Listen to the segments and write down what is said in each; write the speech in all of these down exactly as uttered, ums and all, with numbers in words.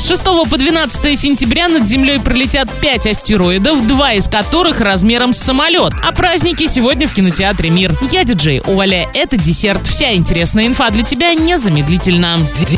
шестого по двенадцатое сентября над Землей пролетят пять астероидов, два из которых размером с самолет. А праздники сегодня в кинотеатре «Мир». Я диджей Оля, это десерт. Вся интересная инфа для тебя незамедлительно.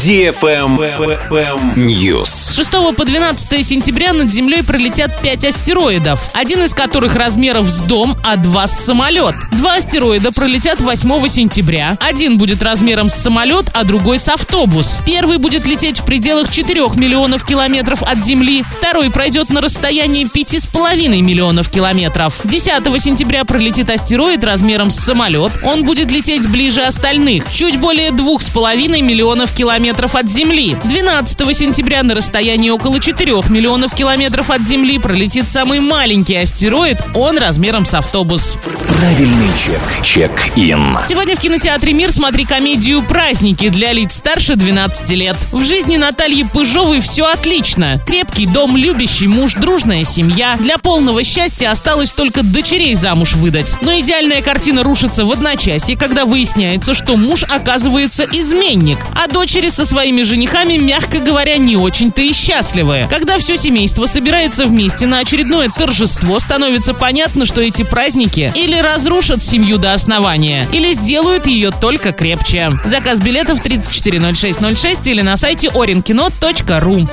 News. С шестого по двенадцатое сентября над Землей пролетят пять астероидов, один из которых размеров с дом, а два с самолет. Два астероида пролетят восьмого сентября. Один будет размером с самолет, а другой с автобус. Первый будет лететь в пределах четырёх миллионов километров от Земли, второй пройдет на расстоянии пяти с половиной миллионов километров. десятого сентября пролетит астероид размером с самолет. Он будет лететь ближе остальных, чуть более двух с половиной миллионов километров от Земли. двенадцатого сентября на расстоянии около четырёх миллионов километров от Земли пролетит самый маленький астероид, он размером с автобус. Правильный чек. Чек-ин. Сегодня в кинотеатре «Мир» смотри комедию «Праздники» для лиц старше двенадцати лет. В жизни Натальи Пыжовой все отлично. Крепкий дом, любящий муж, дружная семья. Для полного счастья осталось только дочерей замуж выдать. Но идеальная картина рушится в одночасье, когда выясняется, что муж оказывается изменник, а дочери со своими женихами, мягко говоря, не очень-то и счастливы. Когда все семейство собирается вместе на очередное торжество, становится понятно, что эти праздники или разрушат семью до основания, или сделают ее только крепче. Заказ билетов тридцать четыре ноль шесть ноль шесть или на сайте оренкино точка ру.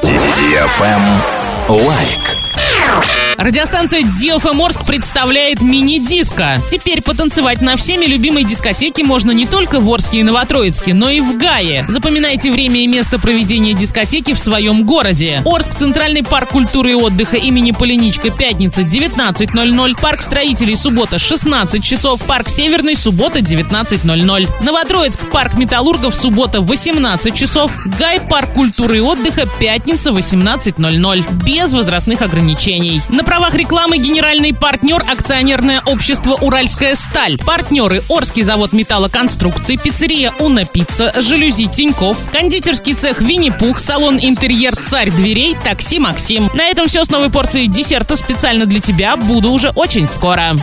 Лайк. Радиостанция ди эф эм Орск представляет мини-диско. Теперь потанцевать на всеми любимой дискотеке можно не только в Орске и Новотроицке, но и в Гае. Запоминайте время и место проведения дискотеки в своем городе. Орск, Центральный парк культуры и отдыха имени Полиничка, пятница, девятнадцать ноль ноль. Парк строителей, суббота, шестнадцать часов. Парк Северный, суббота, девятнадцать ноль ноль. Новотроицк, парк металлургов, суббота, восемнадцать часов. Гай, парк культуры и отдыха, пятница, восемнадцать ноль ноль. Без возрастных ограничений. На правах рекламы генеральный партнер акционерное общество «Уральская сталь». Партнеры: Орский завод металлоконструкций, пиццерия «Уна Пицца», жалюзи «Тинькофф», кондитерский цех «Винни-Пух», салон «Интерьер Царь дверей», такси «Максим». На этом все с новой порцией десерта специально для тебя. Буду уже очень скоро.